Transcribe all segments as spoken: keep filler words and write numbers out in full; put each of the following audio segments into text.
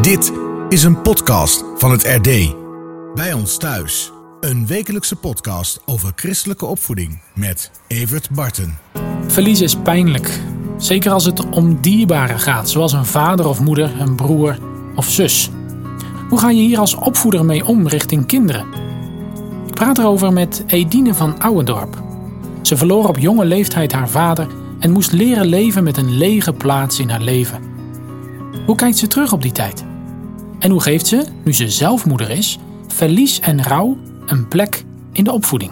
Dit is een podcast van het R D. Bij ons thuis. Een wekelijkse podcast over christelijke opvoeding met Evert Barten. Verlies is pijnlijk. Zeker als het om dierbaren gaat, zoals een vader of moeder, een broer of zus. Hoe ga je hier als opvoeder mee om richting kinderen? Ik praat erover met Edine van Ouwendorp. Ze verloor op jonge leeftijd haar vader en moest leren leven met een lege plaats in haar leven. Hoe kijkt ze terug op die tijd? En hoe geeft ze, nu ze zelf moeder is, verlies en rouw een plek in de opvoeding?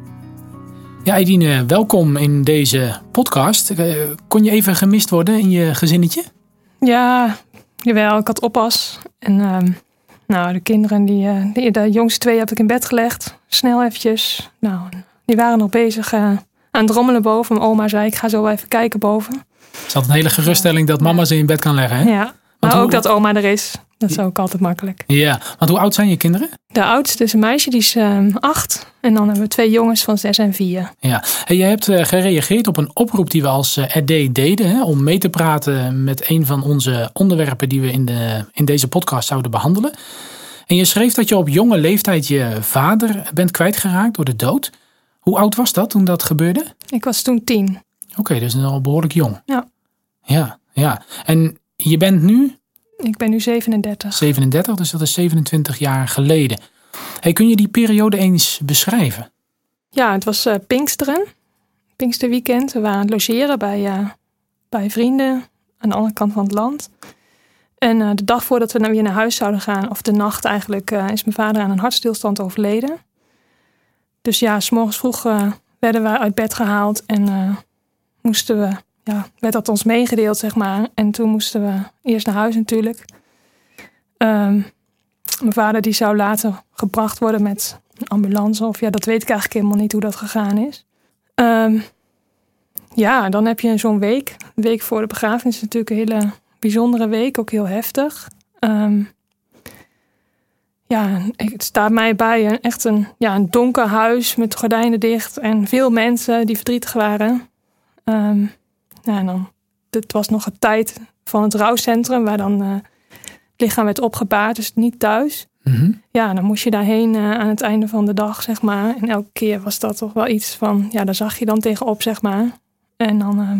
Ja, Edine, welkom in deze podcast. Kon je even gemist worden in je gezinnetje? Ja, jawel. Ik had oppas. En uh, nou, de kinderen, die, uh, de, de jongste twee heb ik in bed gelegd. Snel eventjes. Nou, die waren nog bezig uh, aan het rommelen boven. Mijn oma zei, ik ga zo wel even kijken boven. Het is altijd een hele geruststelling dat mama ze in bed kan leggen, hè? Ja, maar hoe... ook dat oma er is. Dat is ook altijd makkelijk. Ja, want hoe oud zijn je kinderen? De oudste is een meisje, die is uh, acht. En dan hebben we twee jongens van zes en vier. Ja, en jij hebt uh, gereageerd op een oproep die we als uh, R D deden. Hè, om mee te praten met een van onze onderwerpen die we in, de, in deze podcast zouden behandelen. En je schreef dat je op jonge leeftijd je vader bent kwijtgeraakt door de dood. Hoe oud was dat toen dat gebeurde? Ik was toen tien. Oké, okay, dus al behoorlijk jong. Ja. Ja, ja. En je bent nu? Ik ben nu zevenendertig. zevenendertig, dus dat is zevenentwintig jaar geleden. Hey, kun je die periode eens beschrijven? Ja, het was uh, Pinksteren. Pinksterweekend. We waren aan het logeren bij, uh, bij vrienden aan de andere kant van het land. En uh, de dag voordat we dan weer naar huis zouden gaan, of de nacht eigenlijk, uh, is mijn vader aan een hartstilstand overleden. Dus ja, 's morgens vroeg uh, werden we uit bed gehaald en uh, moesten we... Ja, werd dat ons meegedeeld, zeg maar. En toen moesten we eerst naar huis natuurlijk. Um, mijn vader die zou later gebracht worden met een ambulance. Of ja, dat weet ik eigenlijk helemaal niet hoe dat gegaan is. Um, ja, dan heb je zo'n week. Een week voor de begrafenis is natuurlijk een hele bijzondere week. Ook heel heftig. Um, ja, het staat mij bij een, echt een, ja, een donker huis met gordijnen dicht. En veel mensen die verdrietig waren. Um, Ja, en dan, het was nog een tijd van het rouwcentrum waar dan uh, het lichaam werd opgebaard, dus niet thuis. Mm-hmm. Ja, en dan moest je daarheen uh, aan het einde van de dag, zeg maar. En elke keer was dat toch wel iets van, ja, daar zag je dan tegenop, zeg maar. En dan, uh,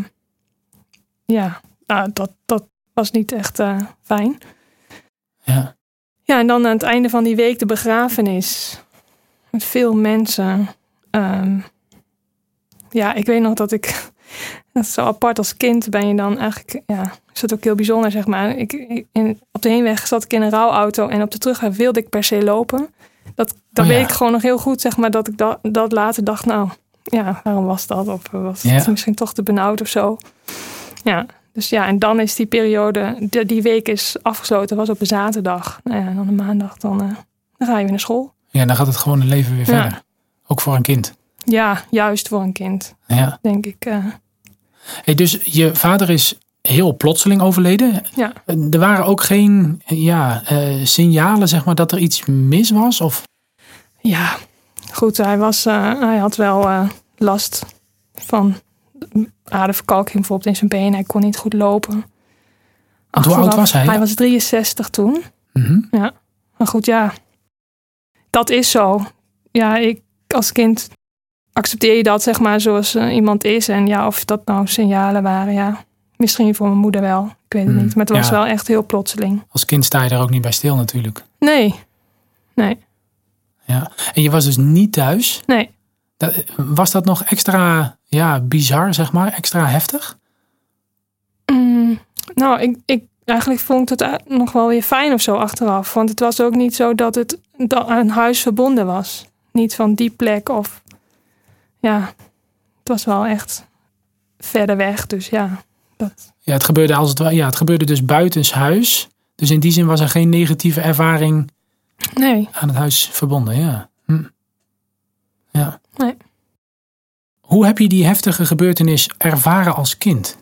ja, uh, dat, dat was niet echt uh, fijn. Ja. Ja, en dan aan het einde van die week de begrafenis. Met veel mensen. Um, ja, ik weet nog dat ik... Dat is zo apart, als kind ben je dan eigenlijk, ja, is dat ook heel bijzonder, zeg maar. Ik, ik, in, op de heenweg zat ik in een rouwauto en op de terugweg wilde ik per se lopen. Dat, dat oh, ja. weet ik gewoon nog heel goed, zeg maar, dat ik da, dat later dacht, nou, ja, waarom was dat? Of was het ja. misschien toch te benauwd of zo? Ja, dus ja, en dan is die periode, die, die week is afgesloten, was op een zaterdag. Nou ja, en dan een maandag, dan, uh, dan ga je weer naar school. Ja, dan gaat het gewoon een leven weer verder. Ja. Ook voor een kind. Ja, juist voor een kind, ja. denk ik. Uh, Hey, dus je vader is heel plotseling overleden. Ja. Er waren ook geen ja, uh, signalen, zeg maar, dat er iets mis was? Of? Ja, goed. Hij, was, uh, hij had wel uh, last van aderverkalking bijvoorbeeld in zijn been. Hij kon niet goed lopen. Hoe oud was hij? Hij was drieënzestig toen. Mm-hmm. Ja. Maar goed, ja. Dat is zo. Ja, ik als kind... accepteer je dat, zeg maar, zoals uh, iemand is. En ja, of dat nou signalen waren, ja. Misschien voor mijn moeder wel. Ik weet het mm, niet. Maar het was ja. wel echt heel plotseling. Als kind sta je er ook niet bij stil natuurlijk. Nee. Nee. Ja. En je was dus niet thuis? Nee. Dat, was dat nog extra, ja, bizar, zeg maar? Extra heftig? Mm, nou, ik, ik eigenlijk vond het nog wel weer fijn of zo achteraf. Want het was ook niet zo dat het aan huis verbonden was. Niet van die plek of... Ja, het was wel echt verder weg, dus ja. Dat... Ja, het gebeurde als het ja, het gebeurde dus buitenshuis. Dus in die zin was er geen negatieve ervaring nee. aan het huis verbonden, ja. Hm. Ja. Nee. Hoe heb je die heftige gebeurtenis ervaren als kind?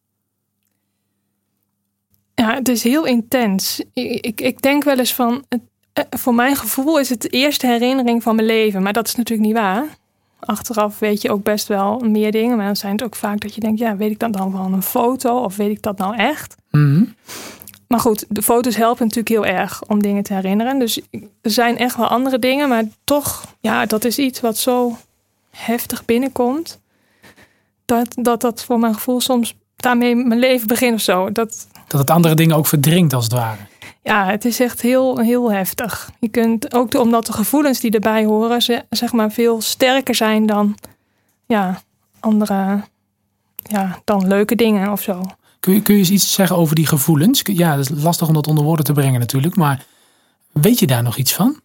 Ja, het is heel intens. Ik, ik, ik denk wel eens van, het, voor mijn gevoel is het de eerste herinnering van mijn leven. Maar dat is natuurlijk niet waar. Achteraf weet je ook best wel meer dingen. Maar dan zijn het ook vaak dat je denkt, ja, weet ik dat dan van een foto? Of weet ik dat nou echt? Mm-hmm. maar goed, de foto's helpen natuurlijk heel erg om dingen te herinneren. Dus er zijn echt wel andere dingen. Maar toch, ja, dat is iets wat zo heftig binnenkomt. Dat dat, dat voor mijn gevoel soms daarmee mijn leven begint of zo. Dat, dat het andere dingen ook verdringt als het ware. Ja, het is echt heel, heel heftig. Je kunt ook, omdat de gevoelens die erbij horen, zeg maar, veel sterker zijn dan ja, andere, ja, dan leuke dingen of zo. Kun je, kun je eens iets zeggen over die gevoelens? Ja, dat is lastig om dat onder woorden te brengen natuurlijk. Maar weet je daar nog iets van?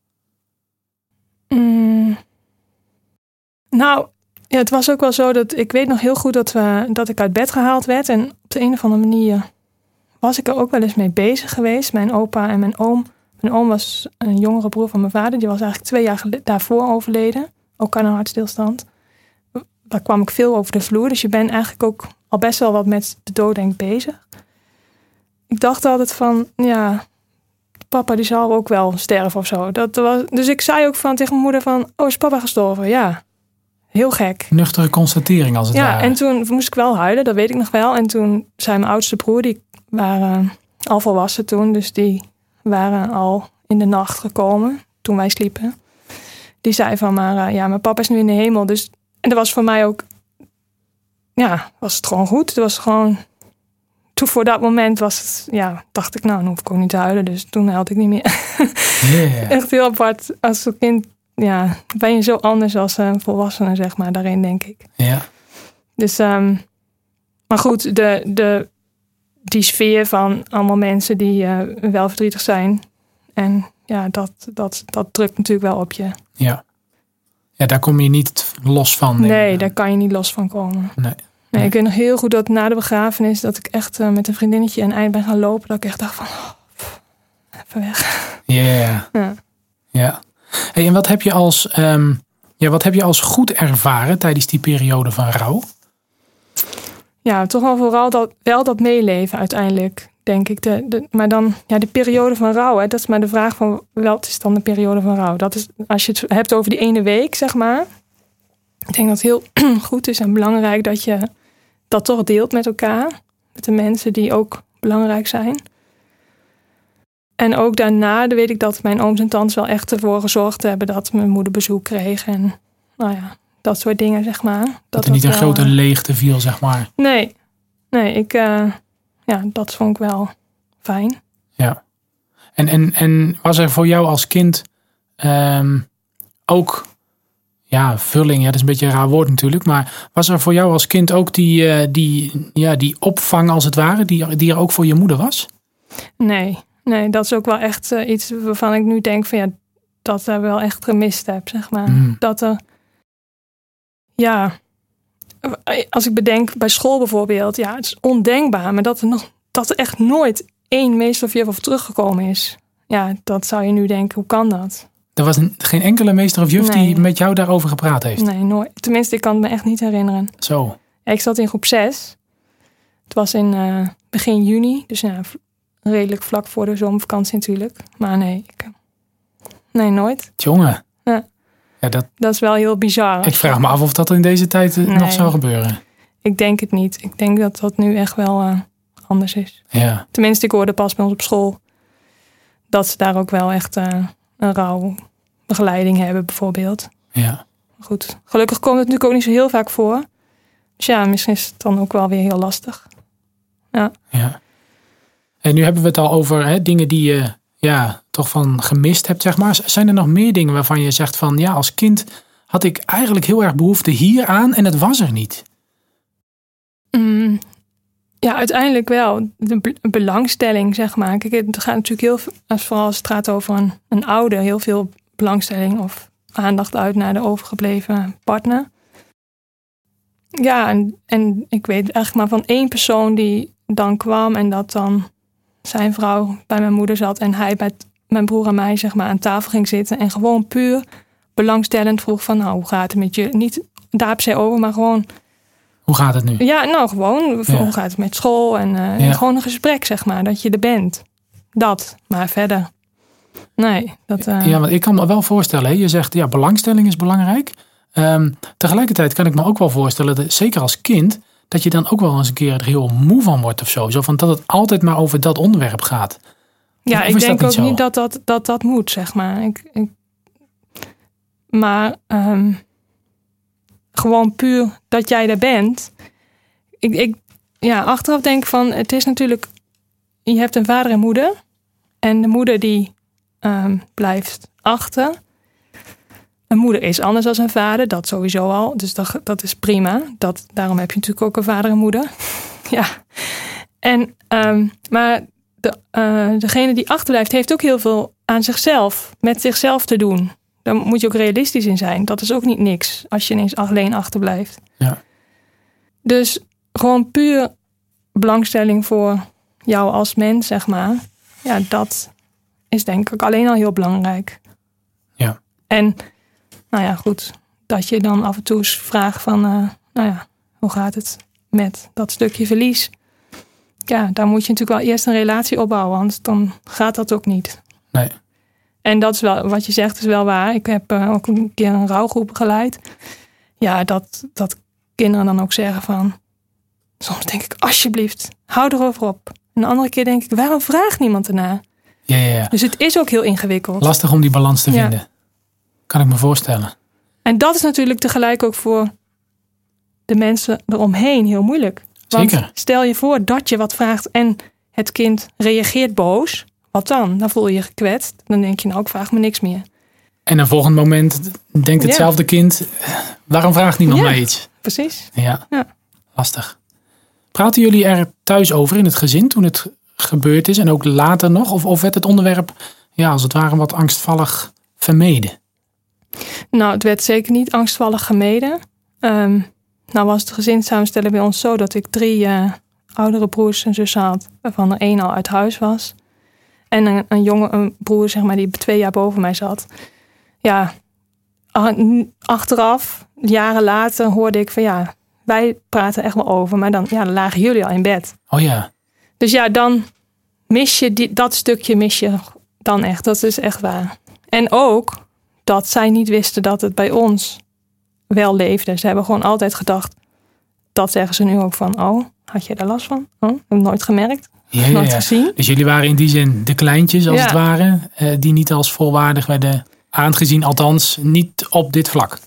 Mm, nou, ja, het was ook wel zo dat ik weet nog heel goed dat, we, dat ik uit bed gehaald werd. En op de een of andere manier was ik er ook wel eens mee bezig geweest. Mijn opa en mijn oom. Mijn oom was een jongere broer van mijn vader. Die was eigenlijk twee jaar gel- daarvoor overleden. Ook aan een hartstilstand. Daar kwam ik veel over de vloer. Dus je bent eigenlijk ook al best wel wat met de dood denk ik bezig. Ik dacht altijd van, ja, papa die zal ook wel sterven of zo. Dat was, dus ik zei ook van tegen mijn moeder van, oh, is papa gestorven? Ja, heel gek. Nuchtere constatering als het ja, ware. En toen moest ik wel huilen, dat weet ik nog wel. En toen zei mijn oudste broer, die waren al volwassen toen, dus die waren al in de nacht gekomen toen wij sliepen. Die zei van, maar ja, mijn papa is nu in de hemel. Dus, en dat was voor mij ook, ja, was het gewoon goed. Het was gewoon, toen voor dat moment was het, ja, dacht ik, nou, dan hoef ik ook niet te huilen. Dus toen huilde ik niet meer. Yeah. Echt heel apart. Als een kind, ja, ben je zo anders als een volwassene, zeg maar, daarin, denk ik. Ja. Dus, um, maar goed, de, de, die sfeer van allemaal mensen die uh, wel verdrietig zijn. En ja, dat, dat, dat drukt natuurlijk wel op je. Ja. Ja, daar kom je niet los van. Nee, ik. daar kan je niet los van komen. Nee. Nee, ik weet nog heel goed dat na de begrafenis, dat ik echt uh, met een vriendinnetje een eind ben gaan lopen. Dat ik echt dacht van, oh, pff, even weg. Yeah. Ja. Ja. Hey, en wat heb je als, um, ja, wat heb je als goed ervaren tijdens die periode van rouw? Ja, toch wel vooral dat, wel dat meeleven uiteindelijk, denk ik. De, de, maar dan, ja, de periode van rouw, hè, dat is maar de vraag van, wat is dan de periode van rouw? Dat is, als je het hebt over die ene week, zeg maar. Ik denk dat het heel goed is en belangrijk dat je dat toch deelt met elkaar. Met de mensen die ook belangrijk zijn. En ook daarna weet ik dat mijn ooms en tantes wel echt ervoor gezorgd hebben dat mijn moeder bezoek kreeg. En nou ja, dat soort dingen, zeg maar. Dat, Dat er niet dat een wel, grote leegte viel, zeg maar. Nee, nee, ik, uh, ja, dat vond ik wel fijn. Ja. En, en, en was er voor jou als kind um, ook, ja, vulling, ja, dat is een beetje een raar woord natuurlijk, maar was er voor jou als kind ook die, uh, die, ja, die opvang als het ware, die, die er ook voor je moeder was? Nee, nee, dat is ook wel echt uh, iets waarvan ik nu denk van ja, dat ik wel echt gemist heb, zeg maar. Mm. Dat er, ja, als ik bedenk bij school bijvoorbeeld, ja, het is ondenkbaar, maar dat er nog, dat er echt nooit één meester of juf of teruggekomen is. Ja, dat zou je nu denken, hoe kan dat? Er was een, geen enkele meester of juf Nee. die met jou daarover gepraat heeft? Nee, nooit. Tenminste, ik kan het me echt niet herinneren. Zo. Ja, ik zat in groep zes. Het was in uh, begin juni, dus ja, redelijk vlak voor de zomervakantie natuurlijk. Maar nee, ik, nee, nooit. Jongen. Ja. Ja, dat, Dat is wel heel bizar. ik vraag me af of dat in deze tijd uh, Nee. nog zou gebeuren. Ik denk het niet. Ik denk dat dat nu echt wel uh, anders is. Ja. Tenminste, ik hoorde pas bij ons op school dat ze daar ook wel echt uh, een rouwbegeleiding hebben bijvoorbeeld. Ja. Goed, gelukkig komt het natuurlijk ook niet zo heel vaak voor. Dus ja, misschien is het dan ook wel weer heel lastig. Ja. Ja. En nu hebben we het al over hè, dingen die je ja, toch van gemist hebt, zeg maar. Zijn er nog meer dingen waarvan je zegt van ja, als kind had ik eigenlijk heel erg behoefte hieraan en het was er niet? Mm, ja, uiteindelijk wel. De be- belangstelling, zeg maar. Kijk, het gaat natuurlijk heel veel, als vooral als het gaat over een, een ouder, heel veel belangstelling of aandacht uit naar de overgebleven partner. Ja, en, en ik weet eigenlijk maar van één persoon die dan kwam en dat dan zijn vrouw bij mijn moeder zat en hij met mijn broer en mij, zeg maar, aan tafel ging zitten en gewoon puur belangstellend vroeg van, nou, hoe gaat het met je? Niet daar per se over, maar gewoon, Hoe gaat het nu? ja, nou, gewoon, Ja. hoe gaat het met school? En uh, Ja. gewoon een gesprek, zeg maar, dat je er bent. Dat, maar verder. Nee, dat... Uh, Ja, want ik kan me wel voorstellen, hè, je zegt ja, belangstelling is belangrijk. Um, tegelijkertijd kan ik me ook wel voorstellen, dat, zeker als kind, dat je dan ook wel eens een keer er heel moe van wordt of zo. Zo van dat het altijd maar over dat onderwerp gaat. Ja, of ik denk niet ook zo? niet dat dat, dat dat moet, zeg maar. Ik, ik, maar um, gewoon puur dat jij er bent. Ik, ik, ja, achteraf denk ik van, het is natuurlijk, je hebt een vader en moeder. En de moeder die um, blijft achter. Een moeder is anders dan een vader, dat sowieso al. Dus dat, dat is prima. Dat, daarom heb je natuurlijk ook een vader en moeder. Ja. En, um, maar de, uh, degene die achterblijft heeft ook heel veel aan zichzelf, met zichzelf te doen. Daar moet je ook realistisch in zijn. Dat is ook niet niks als je ineens alleen achterblijft. Ja. Dus gewoon puur belangstelling voor jou als mens, zeg maar. Ja, dat is denk ik alleen al heel belangrijk. Ja. En, nou ja, goed. Dat je dan af en toe eens vraagt van, uh, nou ja, hoe gaat het met dat stukje verlies? Ja, daar moet je natuurlijk wel eerst een relatie opbouwen, want dan gaat dat ook niet. Nee. En dat is wel, wat je zegt, is wel waar. Ik heb uh, ook een keer een rouwgroep geleid. Ja, dat, dat kinderen dan ook zeggen van, soms denk ik, alsjeblieft, hou erover op. En de andere keer denk ik, waarom vraagt niemand ernaar? Ja, ja, ja. Dus het is ook heel ingewikkeld. Lastig om die balans te Ja. vinden. Kan ik me voorstellen. En dat is natuurlijk tegelijk ook voor de mensen eromheen heel moeilijk. Want Zeker. stel je voor dat je wat vraagt en het kind reageert boos. Wat dan? Dan voel je je gekwetst. Dan denk je, nou, ik vraag me niks meer. En een volgend moment denkt Ja. hetzelfde kind, waarom vraagt niemand Ja. mij iets? Precies. Ja. Ja. Lastig. Praten jullie er thuis over in het gezin toen het gebeurd is en ook later nog? Of, of werd het onderwerp, ja, als het ware wat angstvallig vermeden? Nou, het werd zeker niet angstvallig gemeden. Um, nou was de gezinssamenstelling bij ons zo dat ik drie uh, oudere broers en zussen had, waarvan er één al uit huis was. En een, een jonge een broer, zeg maar, die twee jaar boven mij zat. Ja, achteraf, jaren later, hoorde ik van ja, wij praten echt wel over. Maar dan, ja, dan lagen jullie al in bed. Oh ja. Dus ja, dan mis je die, dat stukje mis je dan echt. Dat is echt waar. En ook dat zij niet wisten dat het bij ons wel leefde. Ze hebben gewoon altijd gedacht, dat zeggen ze nu ook van, oh, had je daar last van? Oh, heb ik nooit gemerkt. Ja, ja, Nooit ja. gezien. Dus jullie waren in die zin de kleintjes als Ja. het ware, eh, die niet als volwaardig werden aangezien, althans niet op dit vlak.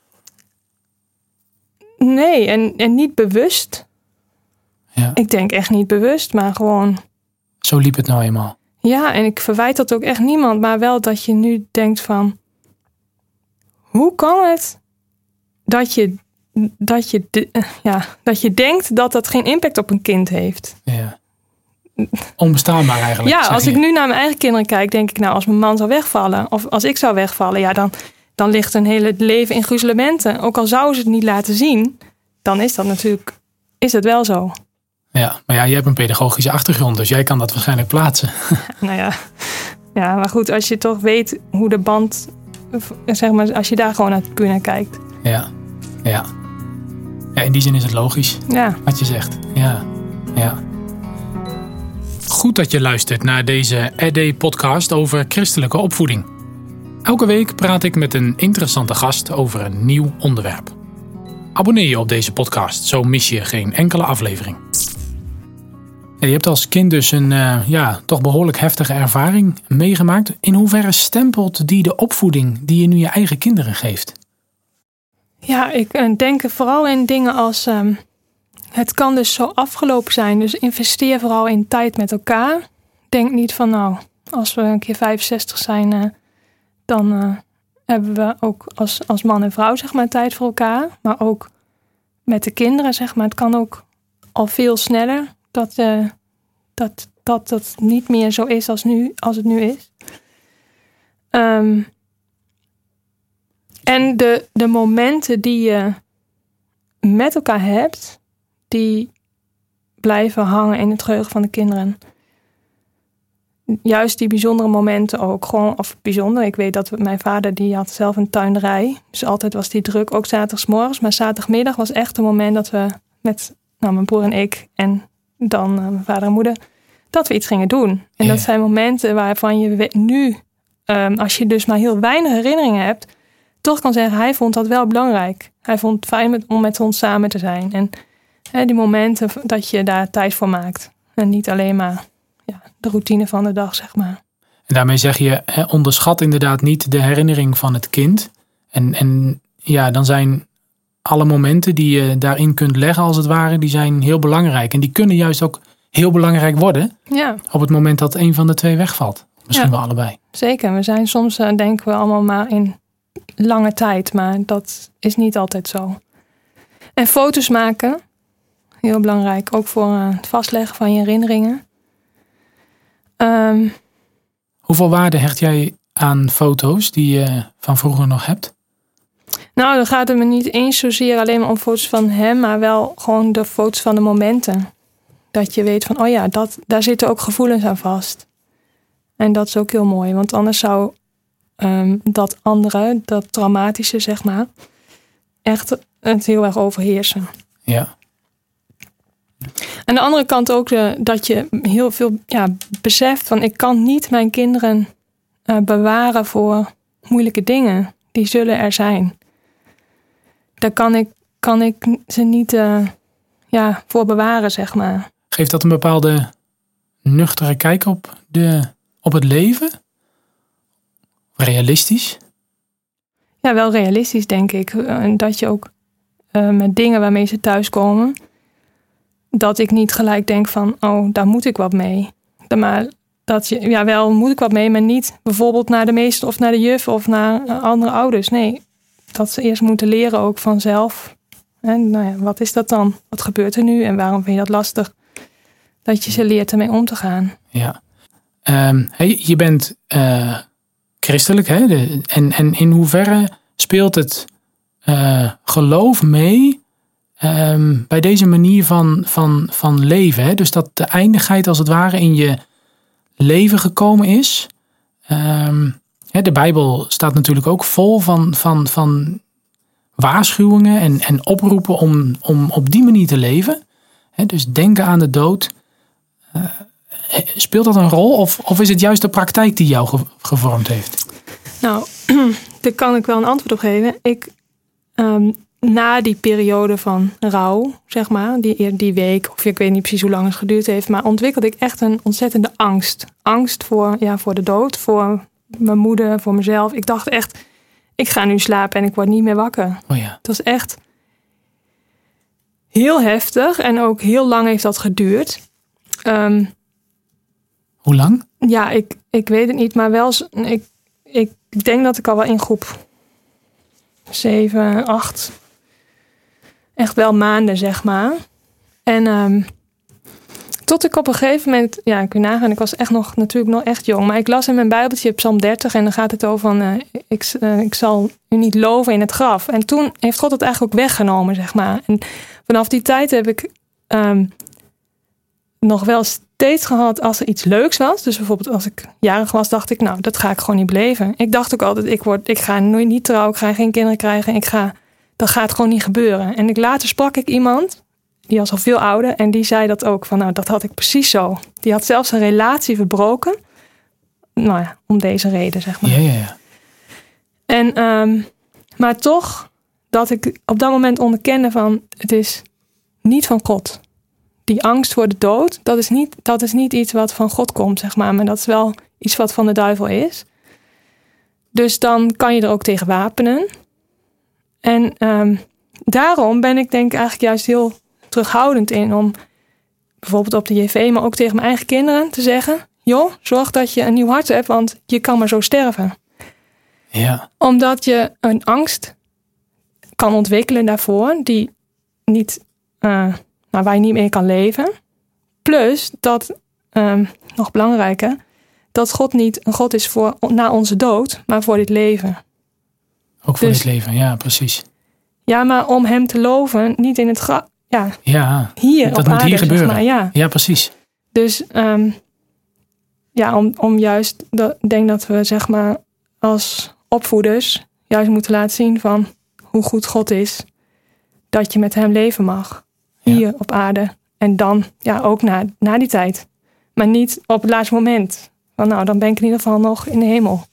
Nee, en, en niet bewust. Ja. Ik denk echt niet bewust, maar gewoon, Zo liep het nou eenmaal. ja, en ik verwijt dat ook echt niemand, maar wel dat je nu denkt van, hoe kan het dat je, dat je, de- ja, dat je denkt dat dat geen impact op een kind heeft? Ja. Onbestaanbaar eigenlijk. Ja, zeg als je. ik nu naar mijn eigen kinderen kijk, denk ik, nou, als mijn man zou wegvallen, of als ik zou wegvallen, ja, dan, dan ligt hun hele leven in gruzelementen. Ook al zouden ze het niet laten zien, dan is dat natuurlijk, is het wel zo. Ja, maar ja, je hebt een pedagogische achtergrond, dus jij kan dat waarschijnlijk plaatsen. Nou ja, ja, maar goed, als je toch weet hoe de band, zeg maar, als je daar gewoon naar, puur naar kijkt. Ja, ja. Ja, in die zin is het logisch Ja, wat je zegt. Ja, ja. Goed dat je luistert naar deze R D-podcast over christelijke opvoeding. Elke week praat ik met een interessante gast over een nieuw onderwerp. Abonneer je op deze podcast, zo mis je geen enkele aflevering. Ja, je hebt als kind dus een uh, ja, toch behoorlijk heftige ervaring meegemaakt. In hoeverre stempelt die de opvoeding die je nu je eigen kinderen geeft? ja ik uh, denk vooral in dingen als, um, het kan dus zo afgelopen zijn. Dus investeer vooral in tijd met elkaar. Denk niet van, nou, als we een keer vijfenzestig zijn, uh, dan uh, hebben we ook als, als man en vrouw, zeg maar, tijd voor elkaar. Maar ook met de kinderen, zeg maar. Het kan ook al veel sneller dat, uh, dat, dat dat niet meer zo is als, nu, als het nu is. Um, en de, de momenten die je met elkaar hebt, die blijven hangen in het geheugen van de kinderen. Juist die bijzondere momenten ook. Gewoon, of bijzonder, ik weet dat mijn vader, die had zelf een tuinderij. Dus altijd was die druk, ook zaterdagsmorgens. Maar zaterdagmiddag was echt het moment dat we met nou, mijn broer en ik en dan uh, mijn vader en moeder, dat we iets gingen doen. En Ja. dat zijn momenten waarvan je we- nu, um, als je dus maar heel weinig herinneringen hebt, toch kan zeggen, hij vond dat wel belangrijk. Hij vond het fijn met, om met ons samen te zijn. En hè, die momenten dat je daar tijd voor maakt. En niet alleen maar ja, de routine van de dag, zeg maar. En daarmee zeg je, hè, onderschat inderdaad niet de herinnering van het kind. En, en ja, dan zijn alle momenten die je daarin kunt leggen als het ware, die zijn heel belangrijk. En die kunnen juist ook heel belangrijk worden Ja. op het moment dat een van de twee wegvalt. Misschien Ja. wel allebei. Zeker, we zijn soms, uh, denken we allemaal maar in lange tijd, maar dat is niet altijd zo. En foto's maken, heel belangrijk, ook voor uh, het vastleggen van je herinneringen. Um, Hoeveel waarde hecht jij aan foto's die je van vroeger nog hebt? nou, dan gaat het me niet eens zozeer alleen maar om foto's van hem, maar wel gewoon de foto's van de momenten. Dat je weet van, oh ja, dat, daar zitten ook gevoelens aan vast. En dat is ook heel mooi, want anders zou um, dat andere, dat traumatische, zeg maar, echt het heel erg overheersen. Ja. Aan de andere kant ook de, dat je heel veel ja, beseft van, ik kan niet mijn kinderen uh, bewaren voor moeilijke dingen. Die zullen er zijn. Daar kan ik, kan ik ze niet uh, ja, voor bewaren, zeg maar. Geeft dat een bepaalde nuchtere kijk op, de, op het leven? Realistisch? Ja, wel realistisch, denk ik. En dat je ook uh, met dingen waarmee ze thuiskomen, dat ik niet gelijk denk van, oh, daar moet ik wat mee. Maar dat je, ja, wel moet ik wat mee, maar niet bijvoorbeeld naar de meester of naar de juf of naar uh, andere ouders. Nee, dat ze eerst moeten leren ook vanzelf. En nou ja, wat is dat dan? Wat gebeurt er nu en waarom vind je dat lastig? Dat je ze leert ermee om te gaan. Ja. Um, hey, je bent uh, christelijk, hè? De, en, en in hoeverre speelt het uh, geloof mee um, bij deze manier van, van, van leven? Hè? Dus dat de eindigheid als het ware in je leven gekomen is. Um, hè, de Bijbel staat natuurlijk ook vol van, van, van waarschuwingen en, en oproepen om, om op die manier te leven. Hè, dus denken aan de dood. Uh, speelt dat een rol of, of is het juist de praktijk die jou ge- gevormd heeft? Nou, daar kan ik wel een antwoord op geven. Ik, um, na die periode van rouw, zeg maar, die, die week, of ik weet niet precies hoe lang het geduurd heeft, maar ontwikkelde ik echt een ontzettende angst. Angst voor, ja, voor de dood, voor mijn moeder, voor mezelf. Ik dacht echt, ik ga nu slapen en ik word niet meer wakker. Oh ja. Het was echt heel heftig en ook heel lang heeft dat geduurd. Um, Hoe lang? Ja, ik, ik weet het niet, maar wel, ik, ik denk dat ik al wel in groep zeven, acht, echt wel maanden, zeg maar. En um, tot ik op een gegeven moment, ja, ik kun je nagaan, ik was echt nog, natuurlijk nog echt jong, maar ik las in mijn Bijbeltje Psalm dertig en dan gaat het over van, uh, ik, uh, ik zal u niet loven in het graf. En toen heeft God het eigenlijk ook weggenomen, zeg maar. En vanaf die tijd heb ik um, nog wel steeds gehad als er iets leuks was. Dus bijvoorbeeld als ik jarig was, dacht ik, nou, dat ga ik gewoon niet beleven. Ik dacht ook altijd, ik, word, ik ga nooit niet trouwen, ik ga geen kinderen krijgen. Ik ga, dat gaat gewoon niet gebeuren. En ik, later sprak ik iemand, die was al veel ouder, en die zei dat ook, van nou, dat had ik precies zo. Die had zelfs een relatie verbroken. Nou ja, om deze reden, zeg maar. Ja, ja, ja. En, um, maar toch, dat ik op dat moment onderkende van, het is niet van God. Die angst voor de dood, dat is, niet, dat is niet iets wat van God komt, zeg maar. Maar dat is wel iets wat van de duivel is. Dus dan kan je er ook tegen wapenen. En um, daarom ben ik denk ik eigenlijk juist heel terughoudend in om bijvoorbeeld op de J V, maar ook tegen mijn eigen kinderen te zeggen, joh, zorg dat je een nieuw hart hebt, want je kan maar zo sterven. Ja. Omdat je een angst kan ontwikkelen daarvoor, die niet, uh, nou, waar je niet mee kan leven. Plus dat, um, nog belangrijker, dat God niet een God is voor na onze dood, maar voor dit leven. Ook voor Dus- dit leven, ja, precies. Ja, maar om hem te loven, niet in het graf. Ja, Ja, hier dat op moet aarde, hier zeg gebeuren. maar, ja. Ja, precies. Dus um, ja, om, om juist, ik denk dat we zeg maar als opvoeders juist moeten laten zien van hoe goed God is. Dat je met hem leven mag. Hier Ja. op aarde. En dan ja, ook na, na die tijd. Maar niet op het laatste moment. Want nou, dan ben ik in ieder geval nog in de hemel.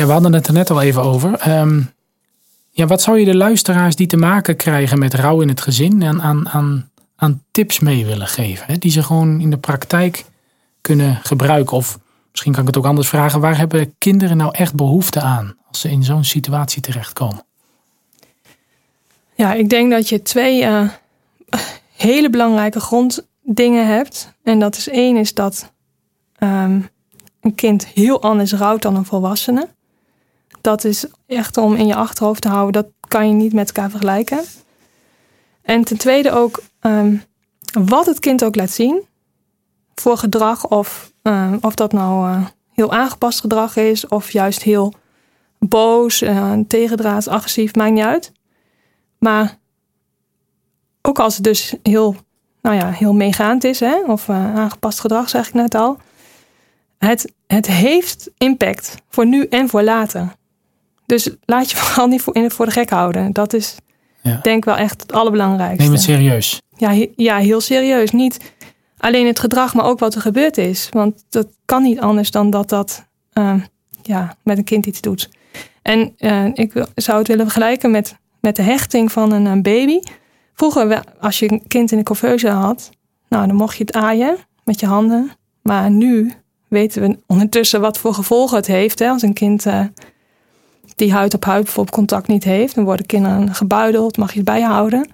Ja, we hadden het er net al even over. Um, ja, wat zou je de luisteraars die te maken krijgen met rouw in het gezin aan, aan, aan, aan tips mee willen geven? Hè? Die ze gewoon in de praktijk kunnen gebruiken. Of misschien kan ik het ook anders vragen. Waar hebben kinderen nou echt behoefte aan als ze in zo'n situatie terechtkomen? Ja, ik denk dat je twee uh, hele belangrijke gronddingen hebt. En dat is één is dat um, een kind heel anders rouwt dan een volwassene. Dat is echt om in je achterhoofd te houden. Dat kan je niet met elkaar vergelijken. En ten tweede ook um, wat het kind ook laat zien. Voor gedrag of, uh, of dat nou uh, heel aangepast gedrag is. Of juist heel boos, uh, tegendraads, agressief. Maakt niet uit. Maar ook als het dus heel, nou ja, heel meegaand is. Hè, of uh, aangepast gedrag zeg ik net al. Het, het heeft impact voor nu en voor later. Dus laat je vooral niet voor, voor de gek houden. Dat is ja. denk ik wel echt het allerbelangrijkste. Neem het serieus. Ja, he, ja, heel serieus. Niet alleen het gedrag, maar ook wat er gebeurd is. Want dat kan niet anders dan dat dat uh, ja, met een kind iets doet. En uh, ik zou het willen vergelijken met, met de hechting van een, een baby. Vroeger, als je een kind in de couveuse had, nou, dan mocht je het aaien met je handen. Maar nu weten we ondertussen wat voor gevolgen het heeft. Hè? Als een kind uh, die huid op huid bijvoorbeeld contact niet heeft, dan worden kinderen gebuideld, mag je het bijhouden.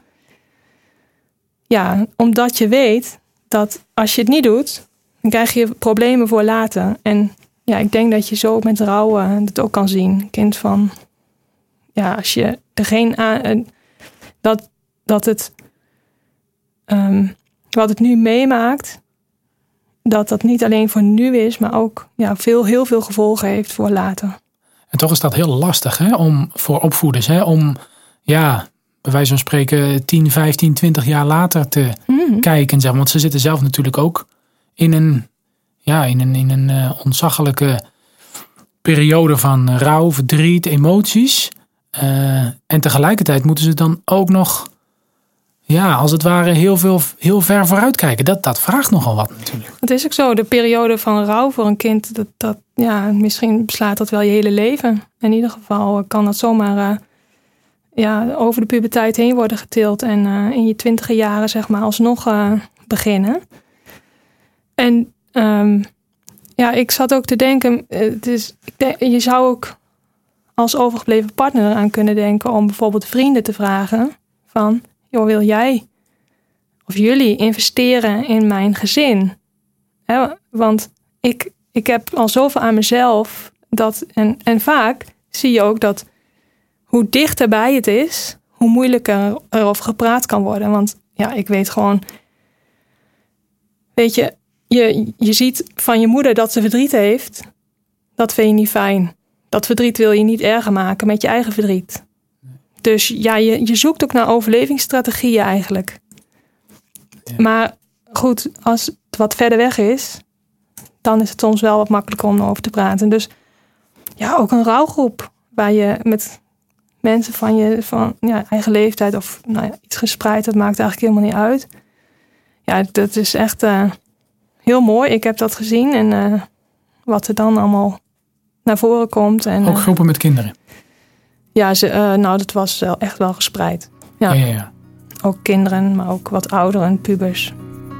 Ja, omdat je weet dat als je het niet doet, dan krijg je problemen voor later. En ja, ik denk dat je zo met rouw uh, dat ook kan zien. Kind van, ja, als je er geen aan, uh, dat, dat het, um, wat het nu meemaakt, dat dat niet alleen voor nu is, maar ook ja, veel, heel veel gevolgen heeft voor later. En toch is dat heel lastig hè, om voor opvoeders, hè, om ja, bij wijze van spreken tien, vijftien, twintig jaar later te mm. kijken. Zeg, want ze zitten zelf natuurlijk ook in een, ja, in een, in een uh, ontzaglijke periode van rouw, verdriet, emoties. Uh, en tegelijkertijd moeten ze dan ook nog, ja, als het ware heel veel, heel ver vooruit kijken. Dat, dat vraagt nogal wat natuurlijk. Het is ook zo, de periode van rouw voor een kind, dat, dat, ja, misschien beslaat dat wel je hele leven. In ieder geval kan dat zomaar uh, ja, over de puberteit heen worden getild en uh, in je twintige jaren zeg maar alsnog uh, beginnen. En um, ja, ik zat ook te denken, het is, ik denk, je zou ook als overgebleven partner aan kunnen denken om bijvoorbeeld vrienden te vragen van, joh, wil jij of jullie investeren in mijn gezin? He, want ik, ik heb al zoveel aan mezelf. Dat, en, en vaak zie je ook dat hoe dichterbij het is, hoe moeilijker er over gepraat kan worden. Want ja, ik weet gewoon, weet je, je, je ziet van je moeder dat ze verdriet heeft. Dat vind je niet fijn. Dat verdriet wil je niet erger maken met je eigen verdriet. Dus ja, je, je zoekt ook naar overlevingsstrategieën eigenlijk. Ja. Maar goed, als het wat verder weg is, dan is het soms wel wat makkelijker om over te praten. Dus ja, ook een rouwgroep waar je met mensen van je van ja, eigen leeftijd of nou ja, iets gespreid, dat maakt eigenlijk helemaal niet uit. Ja, dat is echt uh, heel mooi. Ik heb dat gezien en uh, wat er dan allemaal naar voren komt. En, ook groepen uh, met kinderen? Ja, ze, uh, nou, dat was wel echt wel gespreid. Ja. Ja, ja, ja. Ook kinderen, maar ook wat ouderen, pubers.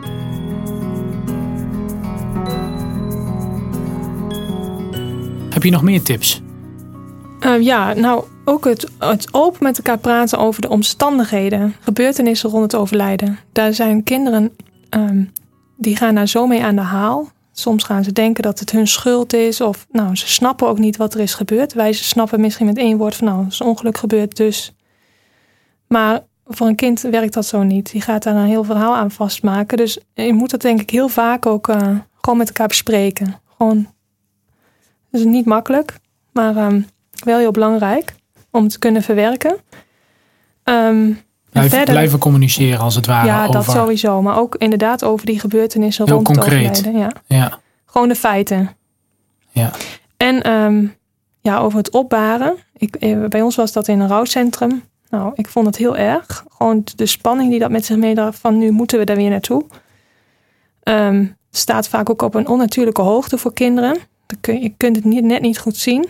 Heb je nog meer tips? Uh, ja, nou ook het, het open met elkaar praten over de omstandigheden, gebeurtenissen rond het overlijden. Daar zijn kinderen, um, die gaan daar zo mee aan de haal. Soms gaan ze denken dat het hun schuld is. Of nou, ze snappen ook niet wat er is gebeurd. Wij snappen misschien met één woord van nou, er is een ongeluk gebeurd dus. Maar voor een kind werkt dat zo niet. Die gaat daar een heel verhaal aan vastmaken. Dus je moet dat denk ik heel vaak ook uh, gewoon met elkaar bespreken. Gewoon, dat is niet makkelijk. Maar um, wel heel belangrijk om het te kunnen verwerken. Um, Blijf, verder, blijven communiceren als het ware. Ja, over... dat sowieso. Maar ook inderdaad over die gebeurtenissen heel rond concreet. het overlijden. Ja. Ja. Gewoon de feiten. Ja. En um, ja, over het opbaren. Ik, bij ons was dat in een rouwcentrum. Nou, ik vond het heel erg. Gewoon de spanning die dat met zich meedraagt van nu moeten we daar weer naartoe. Um, staat vaak ook op een onnatuurlijke hoogte voor kinderen. Je kunt het niet, net niet goed zien.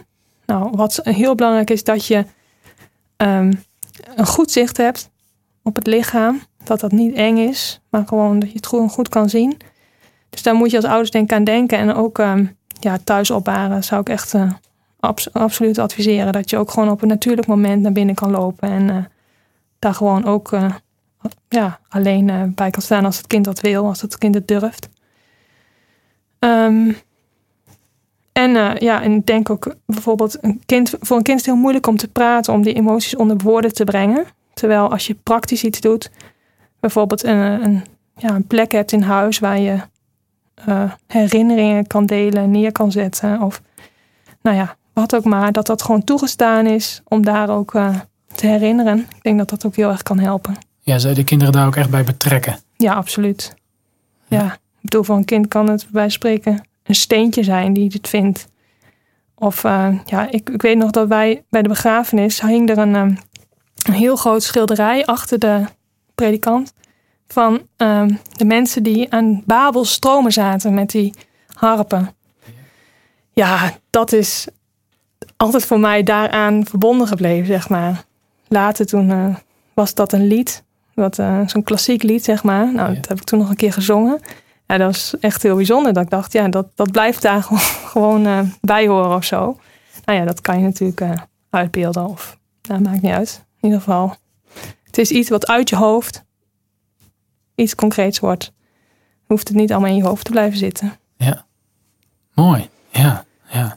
Nou, wat heel belangrijk is, dat je um, een goed zicht hebt op het lichaam. Dat dat niet eng is, maar gewoon dat je het goed, goed kan zien. Dus daar moet je als ouders denk ik aan denken. En ook um, ja, thuis opbaren zou ik echt uh, abs- absoluut adviseren. Dat je ook gewoon op een natuurlijk moment naar binnen kan lopen. En uh, daar gewoon ook uh, ja, alleen uh, bij kan staan als het kind dat wil. Als het kind het durft. Um, en uh, ja, en ik denk ook bijvoorbeeld een kind, voor een kind is het heel moeilijk om te praten. Om die emoties onder woorden te brengen. Terwijl als je praktisch iets doet. Bijvoorbeeld een, een, ja, een plek hebt in huis waar je uh, herinneringen kan delen, neer kan zetten. Of nou ja, wat ook maar. Dat dat gewoon toegestaan is om daar ook uh, te herinneren. Ik denk dat dat ook heel erg kan helpen. Ja, zou je de kinderen daar ook echt bij betrekken? Ja, absoluut. Ja, ja, ik bedoel, voor een kind kan het bij spreken een steentje zijn die het vindt. Of uh, ja, ik, ik weet nog dat wij bij de begrafenis hing er een, um, een heel groot schilderij achter de predikant van um, de mensen die aan Babels stromen zaten met die harpen. Ja, dat is altijd voor mij daaraan verbonden gebleven, zeg maar. Later toen uh, was dat een lied, wat, uh, zo'n klassiek lied, zeg maar. Nou, dat heb ik toen nog een keer gezongen. Ja, dat was echt heel bijzonder. Dat ik dacht, ja, dat, dat blijft daar gewoon uh, bij horen of zo. Nou ja, dat kan je natuurlijk uh, uitbeelden of, nou, maakt niet uit. In ieder geval, het is iets wat uit je hoofd iets concreets wordt. Hoeft het niet allemaal in je hoofd te blijven zitten. Ja, mooi. Ja, ja.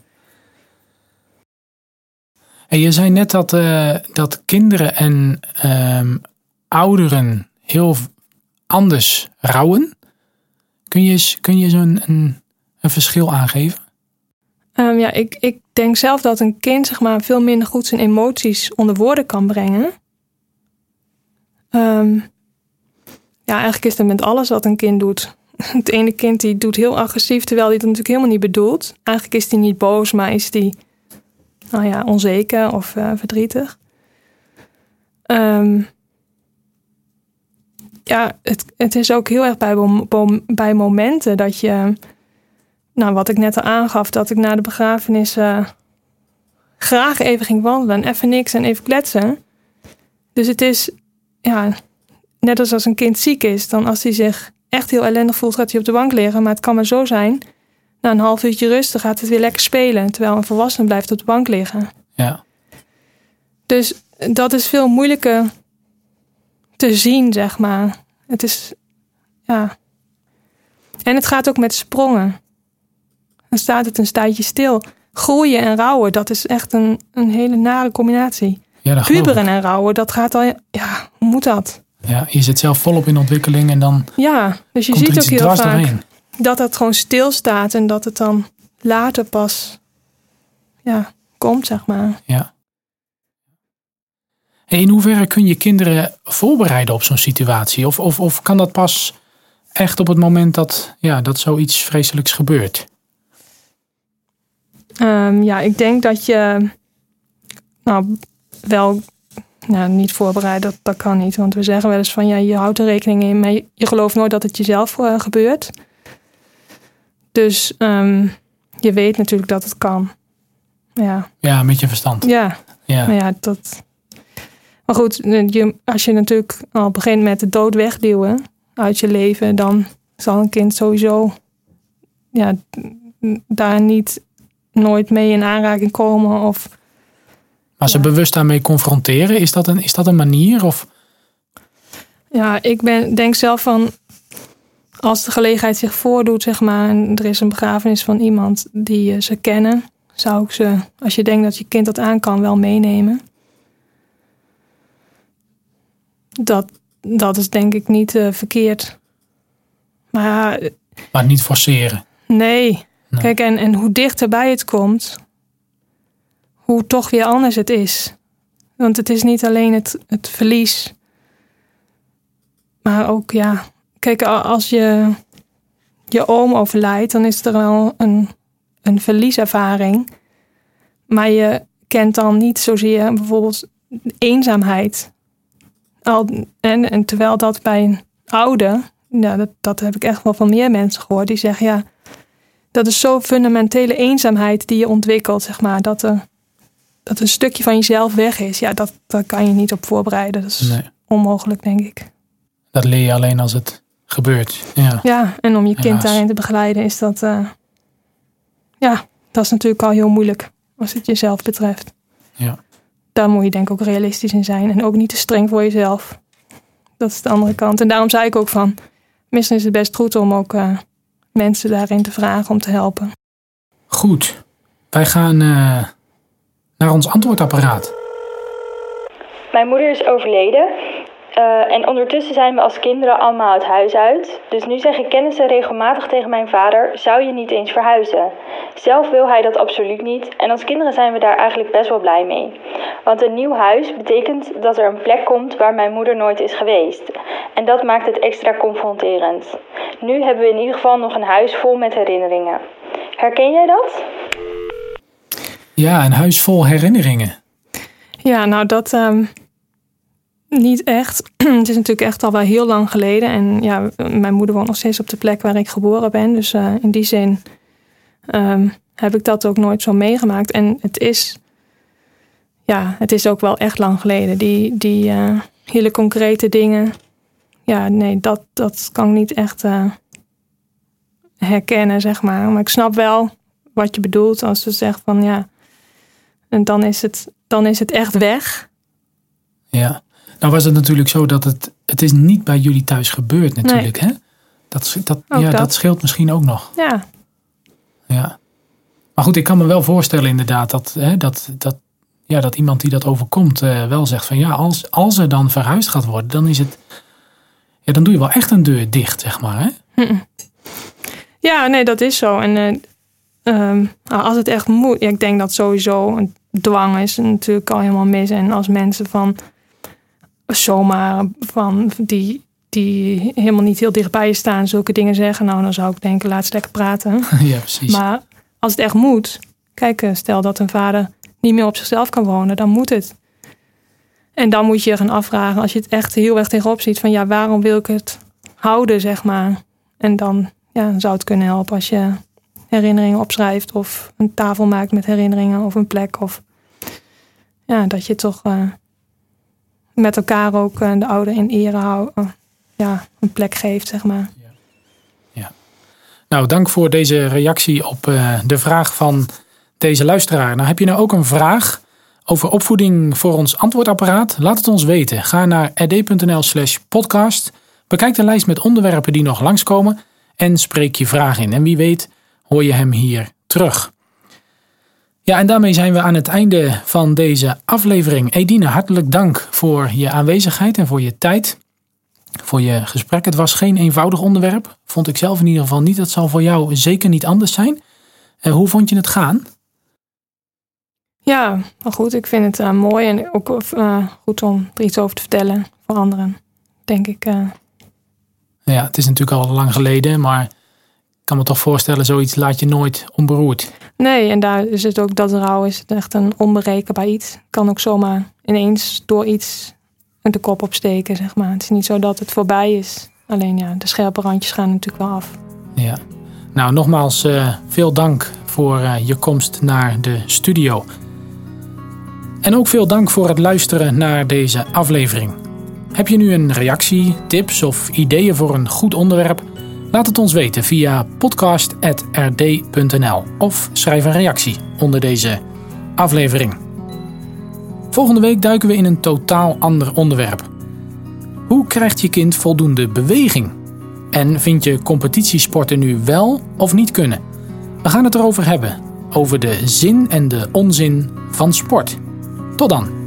En je zei net dat, uh, dat kinderen en um, ouderen heel anders rouwen. Kun je, kun je zo'n een, een verschil aangeven? Um, ja, ik, ik denk zelf dat een kind zeg maar, veel minder goed zijn emoties onder woorden kan brengen. Um, ja, eigenlijk is dat met alles wat een kind doet. Het ene kind die doet heel agressief, terwijl hij dat natuurlijk helemaal niet bedoelt. Eigenlijk is hij niet boos, maar is hij nou ja, onzeker of uh, verdrietig. Um, ja, het, het is ook heel erg bij, bij momenten dat je, nou wat ik net al aangaf, dat ik na de begrafenis uh, graag even ging wandelen. Even niks en even kletsen. Dus het is, ja, net als als een kind ziek is, dan als hij zich echt heel ellendig voelt, gaat hij op de bank liggen. Maar het kan maar zo zijn, na een half uurtje rusten gaat het weer lekker spelen. Terwijl een volwassene blijft op de bank liggen. Ja. Dus dat is veel moeilijker te zien, zeg maar. Het is, ja. En het gaat ook met sprongen. Dan staat het een tijdje stil. Groeien en rouwen, dat is echt een, een hele nare combinatie. Ja, puberen en rouwen, dat gaat al, ja, hoe moet dat? Ja, je zit zelf volop in ontwikkeling en dan ja, dus je komt ziet ook heel vaak doorheen. Dat het gewoon stilstaat en dat het dan later pas ja, komt, zeg maar. Ja. Hey, in hoeverre kun je kinderen voorbereiden op zo'n situatie? Of, of, of kan dat pas echt op het moment dat, ja, dat zoiets vreselijks gebeurt? Um, ja, ik denk dat je nou wel nou, niet voorbereid, dat, dat kan niet. Want we zeggen wel eens van ja, je houdt er rekening in, maar je, je gelooft nooit dat het jezelf uh, gebeurt. Dus um, je weet natuurlijk dat het kan. Ja, ja met je verstand. Ja, ja. Maar ja, dat. Maar goed, je, als je natuurlijk al begint met de dood wegduwen uit je leven, dan zal een kind sowieso ja, daar niet nooit mee in aanraking komen. Of, maar ze ja. bewust daarmee confronteren, is dat een, is dat een manier? Of? Ja, ik ben, denk zelf van, als de gelegenheid zich voordoet, zeg maar, en er is een begrafenis van iemand die uh, ze kennen, zou ik ze, als je denkt dat je kind dat aan kan, wel meenemen. Dat, dat is denk ik niet uh, verkeerd. Maar, maar niet forceren. Nee. nee. Kijk, en, en hoe dichterbij het komt, hoe toch weer anders het is. Want het is niet alleen het, het verlies. Maar ook, ja... Kijk, als je je oom overlijdt, dan is er wel een, een verlieservaring. Maar je kent dan niet zozeer bijvoorbeeld eenzaamheid. Al, en, en terwijl dat bij een oude, ja, dat, dat heb ik echt wel van meer mensen gehoord, die zeggen, ja, dat is zo'n fundamentele eenzaamheid die je ontwikkelt, zeg maar, dat er dat een stukje van jezelf weg is. Ja, dat, daar kan je niet op voorbereiden. Dat is nee. onmogelijk, denk ik. Dat leer je alleen als het gebeurt. Ja, ja en om je kind Helaas. daarin te begeleiden is dat... Uh, ja, dat is natuurlijk al heel moeilijk als het jezelf betreft. Ja. Daar moet je denk ik ook realistisch in zijn. En ook niet te streng voor jezelf. Dat is de andere kant. En daarom zei ik ook van... misschien is het best goed om ook uh, mensen daarin te vragen om te helpen. Goed. Wij gaan uh, naar ons antwoordapparaat. Mijn moeder is overleden. Uh, en ondertussen zijn we als kinderen allemaal het huis uit. Dus nu zeggen kennissen regelmatig tegen mijn vader... zou je niet eens verhuizen? Zelf wil hij dat absoluut niet. En als kinderen zijn we daar eigenlijk best wel blij mee. Want een nieuw huis betekent dat er een plek komt... waar mijn moeder nooit is geweest. En dat maakt het extra confronterend. Nu hebben we in ieder geval nog een huis vol met herinneringen. Herken jij dat? Ja, een huis vol herinneringen. Ja, nou dat... Um... Niet echt. Het is natuurlijk echt al wel heel lang geleden. En ja, mijn moeder woont nog steeds op de plek waar ik geboren ben. Dus uh, in die zin um, heb ik dat ook nooit zo meegemaakt. En het is, ja, het is ook wel echt lang geleden. Die, die uh, hele concrete dingen. Ja, nee, dat, dat kan ik niet echt uh, herkennen, zeg maar. Maar ik snap wel wat je bedoelt als je zegt van ja. En dan is het, dan is het echt weg. Ja. Nou was het natuurlijk zo dat het... Het is niet bij jullie thuis gebeurd natuurlijk, nee. hè? Dat, dat, ja, dat. dat scheelt misschien ook nog. Ja. Ja. Maar goed, ik kan me wel voorstellen inderdaad... dat, hè, dat, dat, ja, dat iemand die dat overkomt uh, wel zegt van... ja, als, als er dan verhuisd gaat worden, dan is het... ja, dan doe je wel echt een deur dicht, zeg maar, hè? Mm-mm. Ja, nee, dat is zo. En uh, um, als het echt moet... Ja, ik denk dat sowieso een dwang is natuurlijk al helemaal mis. En als mensen van... zomaar van die, die helemaal niet heel dichtbij je staan, zulke dingen zeggen. Nou, dan zou ik denken, laat ze lekker praten. Ja, precies. Maar als het echt moet, kijk, stel dat een vader niet meer op zichzelf kan wonen, dan moet het. En dan moet je je gaan afvragen, als je het echt heel erg tegenop ziet, van ja, waarom wil ik het houden, zeg maar. En dan, ja, dan zou het kunnen helpen als je herinneringen opschrijft of een tafel maakt met herinneringen of een plek. Of ja, dat je toch... Uh, met elkaar ook de ouder in ere houden, ja, een plek geeft, zeg maar. Ja. Ja. Nou, dank voor deze reactie op uh, de vraag van deze luisteraar. Nou, heb je nou ook een vraag over opvoeding voor ons antwoordapparaat? Laat het ons weten. Ga naar rd.nl slash podcast. Bekijk de lijst met onderwerpen die nog langskomen en spreek je vraag in. En wie weet hoor je hem hier terug. Ja, en daarmee zijn we aan het einde van deze aflevering. Edine, hartelijk dank voor je aanwezigheid en voor je tijd. Voor je gesprek. Het was geen eenvoudig onderwerp. Vond ik zelf in ieder geval niet. Dat zal voor jou zeker niet anders zijn. Uh, hoe vond je het gaan? Ja, maar goed. Ik vind het uh, mooi en ook uh, goed om er iets over te vertellen voor anderen. Denk ik. Uh... Ja, het is natuurlijk al lang geleden, maar... ik kan me toch voorstellen, zoiets laat je nooit onberoerd. Nee, en daar is het ook, dat rouw is echt een onberekenbaar iets. Kan ook zomaar ineens door iets de kop opsteken, zeg maar. Het is niet zo dat het voorbij is. Alleen ja, de scherpe randjes gaan natuurlijk wel af. Ja. Nou, nogmaals uh, veel dank voor uh, je komst naar de studio. En ook veel dank voor het luisteren naar deze aflevering. Heb je nu een reactie, tips of ideeën voor een goed onderwerp? Laat het ons weten via podcast punt r d punt n l of schrijf een reactie onder deze aflevering. Volgende week duiken we in een totaal ander onderwerp. Hoe krijgt je kind voldoende beweging? En vind je competitiesporten nu wel of niet kunnen? We gaan het erover hebben, over de zin en de onzin van sport. Tot dan!